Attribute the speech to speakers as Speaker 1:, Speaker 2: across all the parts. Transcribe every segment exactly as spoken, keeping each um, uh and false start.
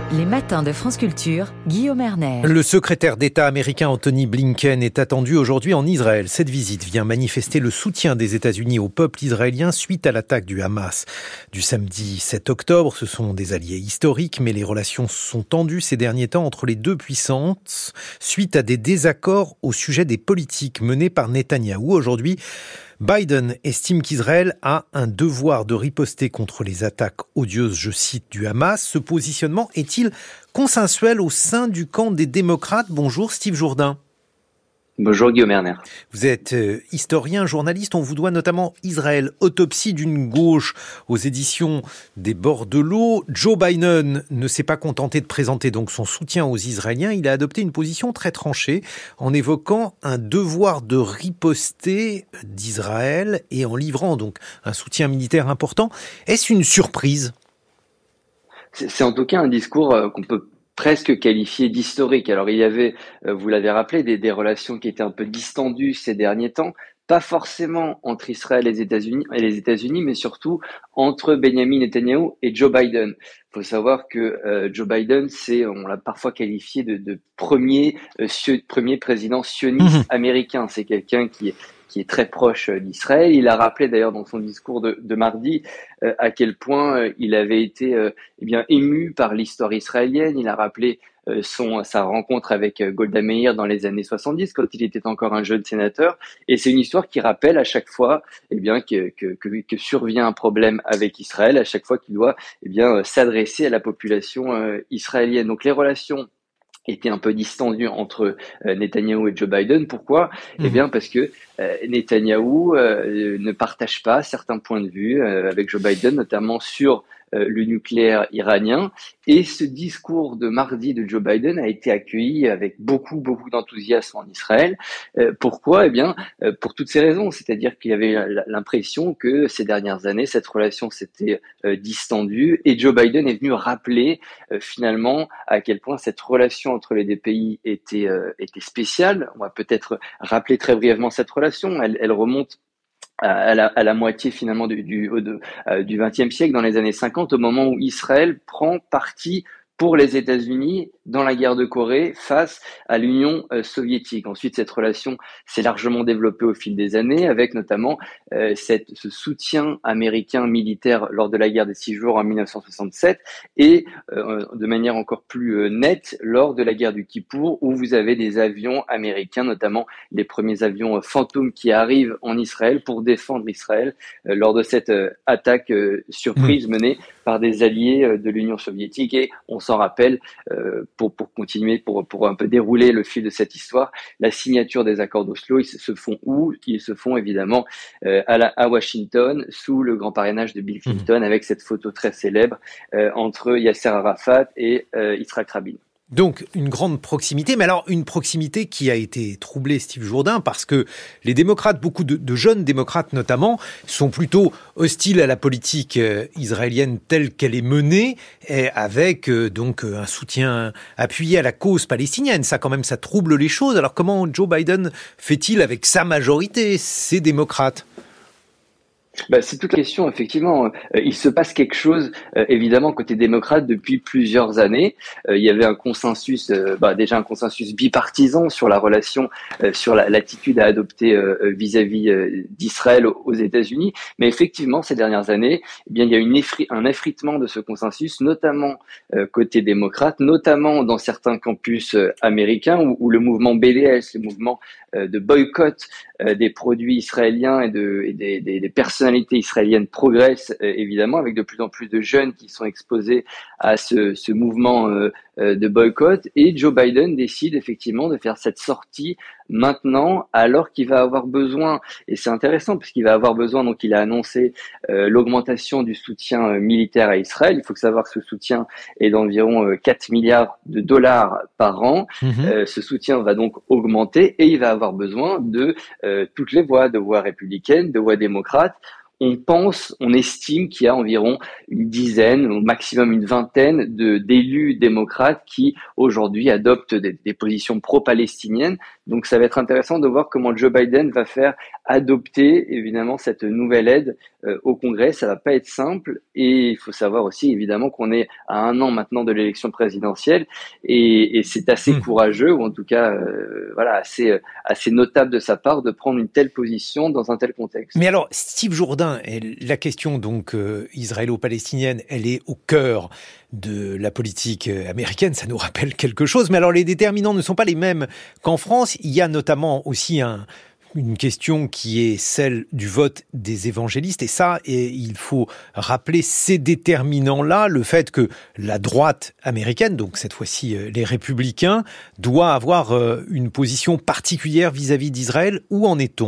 Speaker 1: Les matins de France Culture, Guillaume Erner.
Speaker 2: Le secrétaire d'État américain Anthony Blinken est attendu aujourd'hui en Israël. Cette visite vient manifester le soutien des États-Unis au peuple israélien suite à l'attaque du Hamas du samedi sept octobre. Ce sont des alliés historiques, mais les relations sont tendues ces derniers temps entre les deux puissances suite à des désaccords au sujet des politiques menées par Netanyahou. Aujourd'hui, Biden estime qu'Israël a un devoir de riposter contre les attaques odieuses, je cite, du Hamas. Ce positionnement est-il consensuel au sein du camp des démocrates ? Bonjour Steve Jourdain.
Speaker 3: Bonjour Guillaume Erner.
Speaker 2: Vous êtes euh, historien, journaliste. On vous doit notamment Israël, autopsie d'une gauche aux éditions des Bords de l'eau. Joe Biden ne s'est pas contenté de présenter donc son soutien aux Israéliens. Il a adopté une position très tranchée en évoquant un devoir de riposter d'Israël et en livrant donc un soutien militaire important. Est-ce une surprise ?
Speaker 3: C'est, c'est en tout cas un discours euh, qu'on peut presque qualifié d'historique. Alors il y avait, vous l'avez rappelé, des, des relations qui étaient un peu distendues ces derniers temps, pas forcément entre Israël et les États-Unis, et les États-Unis, mais surtout entre Benjamin Netanyahou et Joe Biden. Il faut savoir que euh, Joe Biden, c'est, on l'a parfois qualifié de, de premier, euh, sio, premier président sioniste mmh. américain. C'est quelqu'un qui est qui est très proche d'Israël. Il a rappelé d'ailleurs dans son discours de, de mardi euh, à quel point euh, il avait été euh, eh bien ému par l'histoire israélienne. Il a rappelé euh, son sa rencontre avec euh, Golda Meir dans les années soixante-dix quand il était encore un jeune sénateur. Et c'est une histoire qui rappelle à chaque fois eh bien que, que, que, que survient un problème avec Israël, à chaque fois qu'il doit eh bien euh, s'adresser à la population euh, israélienne. Donc les relations était un peu distendu entre euh, Netanyahou et Joe Biden. Pourquoi ? Mmh. Eh bien, parce que euh, Netanyahou euh, ne partage pas certains points de vue euh, avec Joe Biden, notamment sur euh, le nucléaire iranien. Et ce discours de mardi de Joe Biden a été accueilli avec beaucoup, beaucoup d'enthousiasme en Israël. Euh, pourquoi ? Eh bien, euh, pour toutes ces raisons. C'est-à-dire qu'il y avait l'impression que ces dernières années, cette relation s'était euh, distendue. Et Joe Biden est venu rappeler euh, finalement à quel point cette relation entre les deux pays était, euh, était spéciale. On va peut-être rappeler très brièvement cette relation. Elle, elle remonte à la, à la moitié finalement du, du, de, euh, du vingtième siècle, dans les années cinquante, au moment où Israël prend parti pour les États-Unis dans la guerre de Corée face à l'Union euh, soviétique. Ensuite, cette relation s'est largement développée au fil des années, avec notamment euh, cette, ce soutien américain militaire lors de la guerre des Six Jours en dix-neuf cent soixante-sept et euh, de manière encore plus euh, nette lors de la guerre du Kippour, où vous avez des avions américains, notamment les premiers avions euh, Phantom qui arrivent en Israël pour défendre Israël euh, lors de cette euh, attaque euh, surprise menée par des alliés euh, de l'Union soviétique. Et on s'en rappelle, euh, pour, pour continuer, pour, pour un peu dérouler le fil de cette histoire, la signature des accords d'Oslo, ils se font où ? Ils se font évidemment euh, à, la, à Washington, sous le grand parrainage de Bill Clinton, mmh. avec cette photo très célèbre euh, entre Yasser Arafat et euh, Yitzhak Rabin.
Speaker 2: Donc, une grande proximité, mais alors une proximité qui a été troublée, Steve Jourdain, parce que les démocrates, beaucoup de, de jeunes démocrates notamment, sont plutôt hostiles à la politique euh, israélienne telle qu'elle est menée, et avec euh, donc un soutien appuyé à la cause palestinienne. Ça, quand même, ça trouble les choses. Alors, comment Joe Biden fait-il avec sa majorité, ces démocrates ?
Speaker 3: Bah, c'est toute la question, effectivement. Euh, il se passe quelque chose, euh, évidemment, côté démocrate depuis plusieurs années. Euh, il y avait un consensus, euh, bah, déjà un consensus bipartisan sur la relation, euh, sur la, l'attitude à adopter euh, vis-à-vis euh, d'Israël aux, aux États-Unis. Mais effectivement, ces dernières années, eh bien, il y a une effri- un effritement de ce consensus, notamment euh, côté démocrate, notamment dans certains campus euh, américains où, où le mouvement B D S, le mouvement euh, de boycott euh, des produits israéliens et, de, et des, des, des personnes israélienne progresse euh, évidemment, avec de plus en plus de jeunes qui sont exposés à ce, ce mouvement euh, euh, de boycott. Et Joe Biden décide effectivement de faire cette sortie maintenant, alors qu'il va avoir besoin, et c'est intéressant parce qu'il va avoir besoin, donc il a annoncé euh, l'augmentation du soutien euh, militaire à Israël. Il faut savoir que ce soutien est d'environ euh, quatre milliards de dollars par an. Mmh. Euh, ce soutien va donc augmenter et il va avoir besoin de euh, toutes les voix, de voix républicaines, de voix démocrates. On pense, on estime qu'il y a environ une dizaine, au maximum une vingtaine de, d'élus démocrates qui aujourd'hui adoptent des, des positions pro-palestiniennes, Donc ça va être intéressant de voir comment Joe Biden va faire adopter évidemment cette nouvelle aide euh, au Congrès. Ça va pas être simple et il faut savoir aussi évidemment qu'on est à un an maintenant de l'élection présidentielle et, et c'est assez
Speaker 2: Mmh.
Speaker 3: courageux ou en tout cas euh, voilà assez assez notable de sa part de prendre une telle position dans un tel contexte.
Speaker 2: Mais alors, Steve Jourdain, la question donc euh, israélo-palestinienne, elle est au cœur de la politique américaine, ça nous rappelle quelque chose. Mais alors, les déterminants ne sont pas les mêmes qu'en France. Il y a notamment aussi un, une question qui est celle du vote des évangélistes. Et ça, et il faut rappeler ces déterminants-là, le fait que la droite américaine, donc cette fois-ci les républicains, doit avoir une position particulière vis-à-vis d'Israël. Où en est-on ?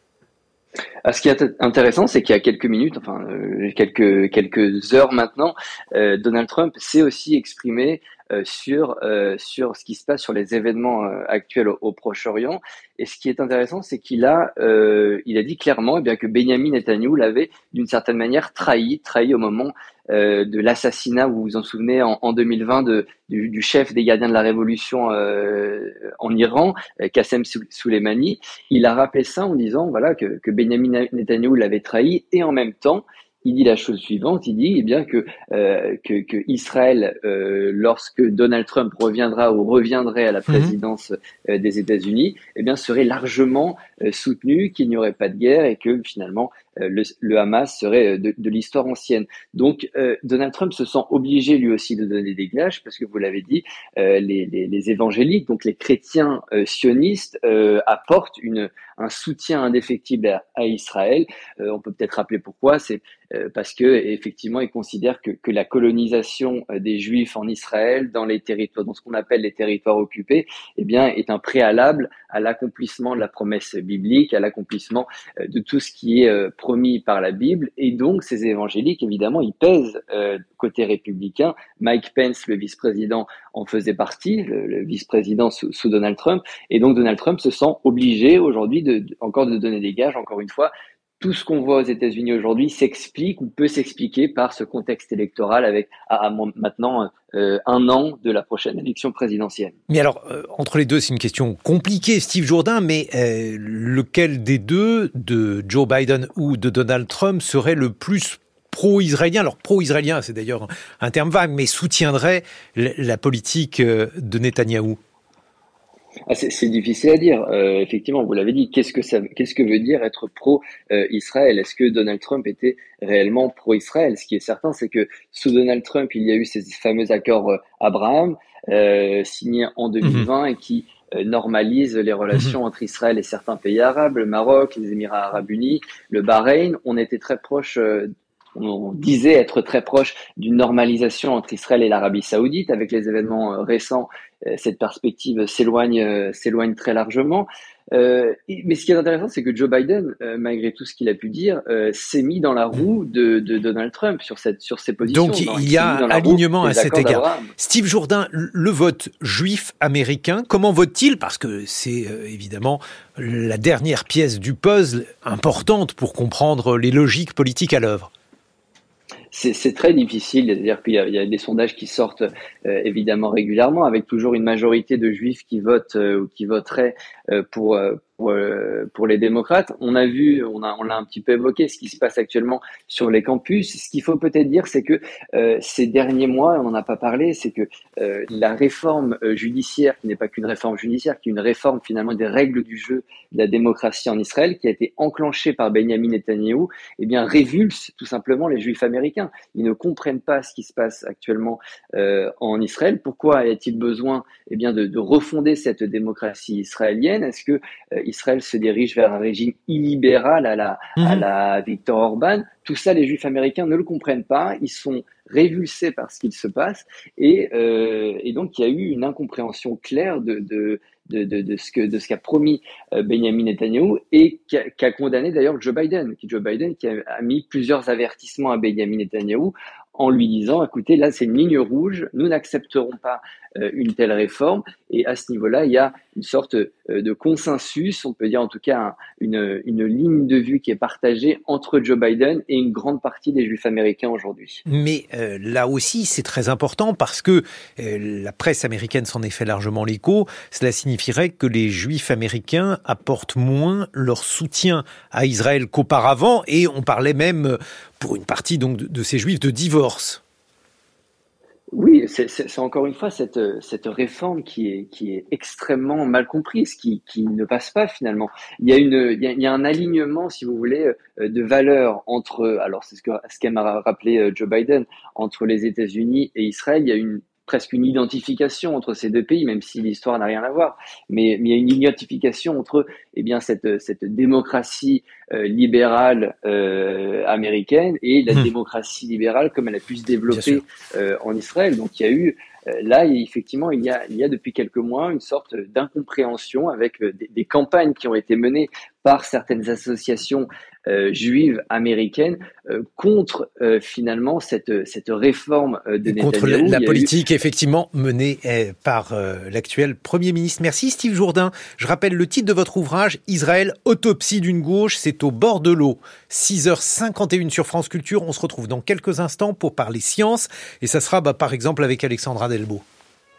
Speaker 3: Ah, ce qui est intéressant, c'est qu'il y a quelques minutes, enfin euh, quelques quelques heures maintenant, euh, Donald Trump s'est aussi exprimé euh, sur euh, sur ce qui se passe sur les événements euh, actuels au, au Proche-Orient. Et ce qui est intéressant, c'est qu'il a euh, il a dit clairement, eh bien que Benyamin Netanyahou l'avait d'une certaine manière trahi, trahi au moment euh, de l'assassinat, vous vous en souvenez, en, en deux mille vingt, de, du, du chef des gardiens de la révolution euh, en Iran, Qassem Soleimani. Il a rappelé ça en disant voilà que, que Benyamin Netanyahou l'avait trahi et en même temps il dit la chose suivante, il dit eh bien que euh, que, que Israël, euh, lorsque Donald Trump reviendra ou reviendrait à la présidence euh, des États-Unis, eh bien serait largement euh, soutenu, qu'il n'y aurait pas de guerre et que finalement euh, le, le Hamas serait de, de l'histoire ancienne. Donc euh, Donald Trump se sent obligé lui aussi de donner des gages parce que vous l'avez dit, euh, les, les, les évangéliques, donc les chrétiens euh, sionistes, euh, apportent une un soutien indéfectible à, à Israël. Euh, on peut peut-être rappeler pourquoi. C'est parce que effectivement ils considèrent que, que la colonisation des Juifs en Israël, dans les territoires, dans ce qu'on appelle les territoires occupés, eh bien est un préalable à l'accomplissement de la promesse biblique, à l'accomplissement de tout ce qui est promis par la Bible. Et donc ces évangéliques, évidemment, ils pèsent euh, côté républicain. Mike Pence, le vice-président, en faisait partie, le, le vice-président sous, sous Donald Trump. Et donc Donald Trump se sent obligé aujourd'hui de, de, encore de donner des gages, encore une fois. Tout ce qu'on voit aux États-Unis aujourd'hui s'explique ou peut s'expliquer par ce contexte électoral avec à, à maintenant euh, un an de la prochaine élection présidentielle.
Speaker 2: Mais alors, euh, entre les deux, c'est une question compliquée, Steve Jourdain, mais euh, lequel des deux, de Joe Biden ou de Donald Trump, serait le plus pro-israélien? Alors, pro-israélien, c'est d'ailleurs un terme vague, mais soutiendrait la politique de Netanyahou?
Speaker 3: Ah, c'est, c'est difficile à dire. Euh, effectivement, vous l'avez dit. Qu'est-ce que ça, qu'est-ce que veut dire être pro-Israël? Est-ce que Donald Trump était réellement pro-Israël? Ce qui est certain, c'est que sous Donald Trump, il y a eu ces fameux accords Abraham euh, signés en deux mille vingt mmh. et qui euh, normalisent les relations mmh. entre Israël et certains pays arabes, le Maroc, les Émirats arabes unis, le Bahreïn. On était très proche. Euh, On disait être très proche d'une normalisation entre Israël et l'Arabie Saoudite. Avec les événements récents, cette perspective s'éloigne, s'éloigne très largement. Euh, mais ce qui est intéressant, c'est que Joe Biden, euh, malgré tout ce qu'il a pu dire, euh, s'est mis dans la roue de, de Donald Trump sur cette, sur ses positions.
Speaker 2: Donc il y a un alignement à cet égard. Steve Jourdain, le vote juif américain, comment vote-t-il? Parce que c'est euh, évidemment la dernière pièce du puzzle importante pour comprendre les logiques politiques à l'œuvre.
Speaker 3: C'est, c'est très difficile, c'est-à-dire qu'il y a, il y a des sondages qui sortent euh, évidemment régulièrement, avec toujours une majorité de juifs qui votent euh, ou qui voteraient euh, pour, euh, pour, euh, pour les démocrates. On a vu, on a, on l'a un petit peu évoqué, ce qui se passe actuellement sur les campus. Ce qu'il faut peut-être dire, c'est que euh, ces derniers mois, on n'en a pas parlé, c'est que euh, la réforme judiciaire, qui n'est pas qu'une réforme judiciaire, qui est une réforme finalement des règles du jeu de la démocratie en Israël, qui a été enclenchée par Benyamin Netanyahou, eh bien révulse tout simplement les juifs américains. Ils ne comprennent pas ce qui se passe actuellement euh, en Israël. Pourquoi a-t-il besoin eh bien, de, de refonder cette démocratie israélienne? Est-ce que euh, Israël se dirige vers un régime illibéral à la, mmh. à la Viktor Orban? Tout ça, les juifs américains ne le comprennent pas. Ils sont révulsés par ce qu'il se passe. Et, euh, et donc, il y a eu une incompréhension claire de... de De, de, de ce que de ce qu'a promis euh, Benyamin Netanyahou et qu'a, qu'a condamné d'ailleurs Joe Biden, qui Joe Biden qui a, a mis plusieurs avertissements à Benyamin Netanyahou en lui disant écoutez, là c'est une ligne rouge, nous n'accepterons pas euh, une telle réforme. Et à ce niveau-là, il y a une sorte de consensus, on peut dire en tout cas un, une, une ligne de vue qui est partagée entre Joe Biden et une grande partie des Juifs américains aujourd'hui.
Speaker 2: Mais euh, là aussi, c'est très important parce que euh, la presse américaine s'en est fait largement l'écho. Cela signifierait que les Juifs américains apportent moins leur soutien à Israël qu'auparavant, et on parlait même, pour une partie donc de, de ces Juifs, de divorce.
Speaker 3: Oui, c'est, c'est, c'est encore une fois cette, cette réforme qui est, qui est extrêmement mal comprise, qui, qui ne passe pas finalement. Il y a une, il y a, il y a un alignement, si vous voulez, de valeurs entre, alors c'est ce que, ce qu'a rappelé Joe Biden, entre les États-Unis et Israël. Il y a une presque une identification entre ces deux pays, même si l'histoire n'a rien à voir. Mais, mais il y a une identification entre, eh bien, cette, cette démocratie euh, libérale euh, américaine et la mmh. démocratie libérale comme elle a pu se développer euh, en Israël. Donc, il y a eu euh, là, effectivement, il y a, il y a depuis quelques mois une sorte d'incompréhension avec euh, des, des campagnes qui ont été menées par certaines associations euh, juives américaines euh, contre euh, finalement cette, cette réforme euh, de Netanyahou.
Speaker 2: Contre la, la politique eu... effectivement menée eh, par euh, l'actuel Premier ministre. Merci Steve Jourdain. Je rappelle le titre de votre ouvrage, Israël, autopsie d'une gauche, c'est au bord de l'eau. six heures cinquante et une sur France Culture. On se retrouve dans quelques instants pour parler science et ça sera bah, par exemple avec Alexandra Delbo.